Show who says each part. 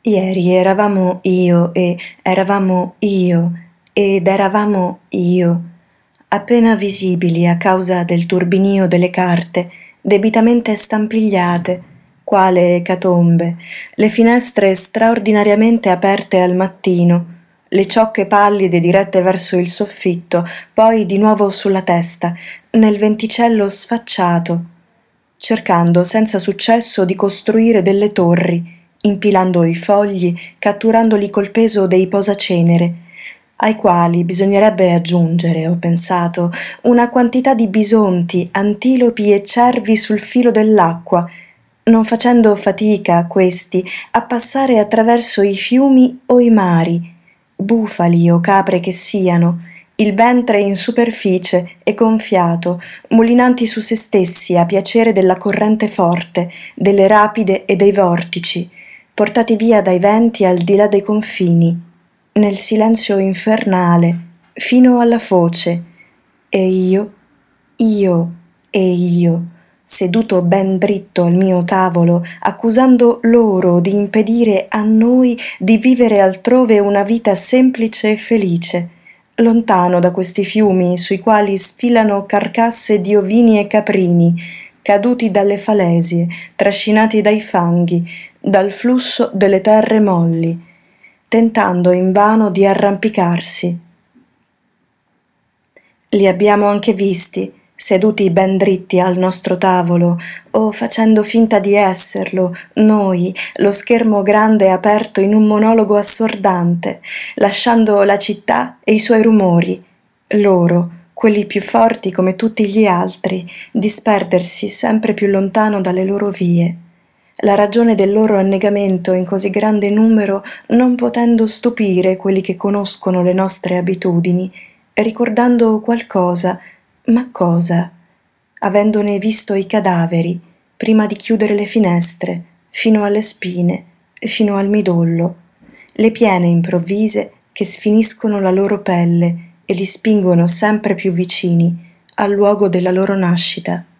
Speaker 1: Ieri eravamo io ed eravamo io, appena visibili a causa del turbinio delle carte, debitamente stampigliate, quale ecatombe, le finestre straordinariamente aperte al mattino, le ciocche pallide dirette verso il soffitto, poi di nuovo sulla testa, nel venticello sfacciato, cercando senza successo di costruire delle torri, impilando i fogli, catturandoli col peso dei posacenere, ai quali bisognerebbe aggiungere, ho pensato, una quantità di bisonti, antilopi e cervi sul filo dell'acqua, non facendo fatica questi a passare attraverso i fiumi o i mari, bufali o capre che siano, il ventre in superficie e gonfiato, mulinanti su se stessi a piacere della corrente forte, delle rapide e dei vortici, portati via dai venti al di là dei confini, nel silenzio infernale, fino alla foce, e io e io, seduto ben dritto al mio tavolo, accusando loro di impedire a noi di vivere altrove una vita semplice e felice, lontano da questi fiumi sui quali sfilano carcasse di ovini e caprini, caduti dalle falesie, trascinati dai fanghi, dal flusso delle terre molli, tentando invano di arrampicarsi. Li abbiamo anche visti, seduti ben dritti al nostro tavolo, o facendo finta di esserlo, noi, lo schermo grande aperto in un monologo assordante, lasciando la città e i suoi rumori, loro, quelli più forti come tutti gli altri, disperdersi sempre più lontano dalle loro vie. La ragione del loro annegamento in così grande numero non potendo stupire quelli che conoscono le nostre abitudini, ricordando qualcosa, ma cosa? Avendone visto i cadaveri, prima di chiudere le finestre, fino alle spine, fino al midollo, le piene improvvise che sfiniscono la loro pelle e li spingono sempre più vicini al luogo della loro nascita.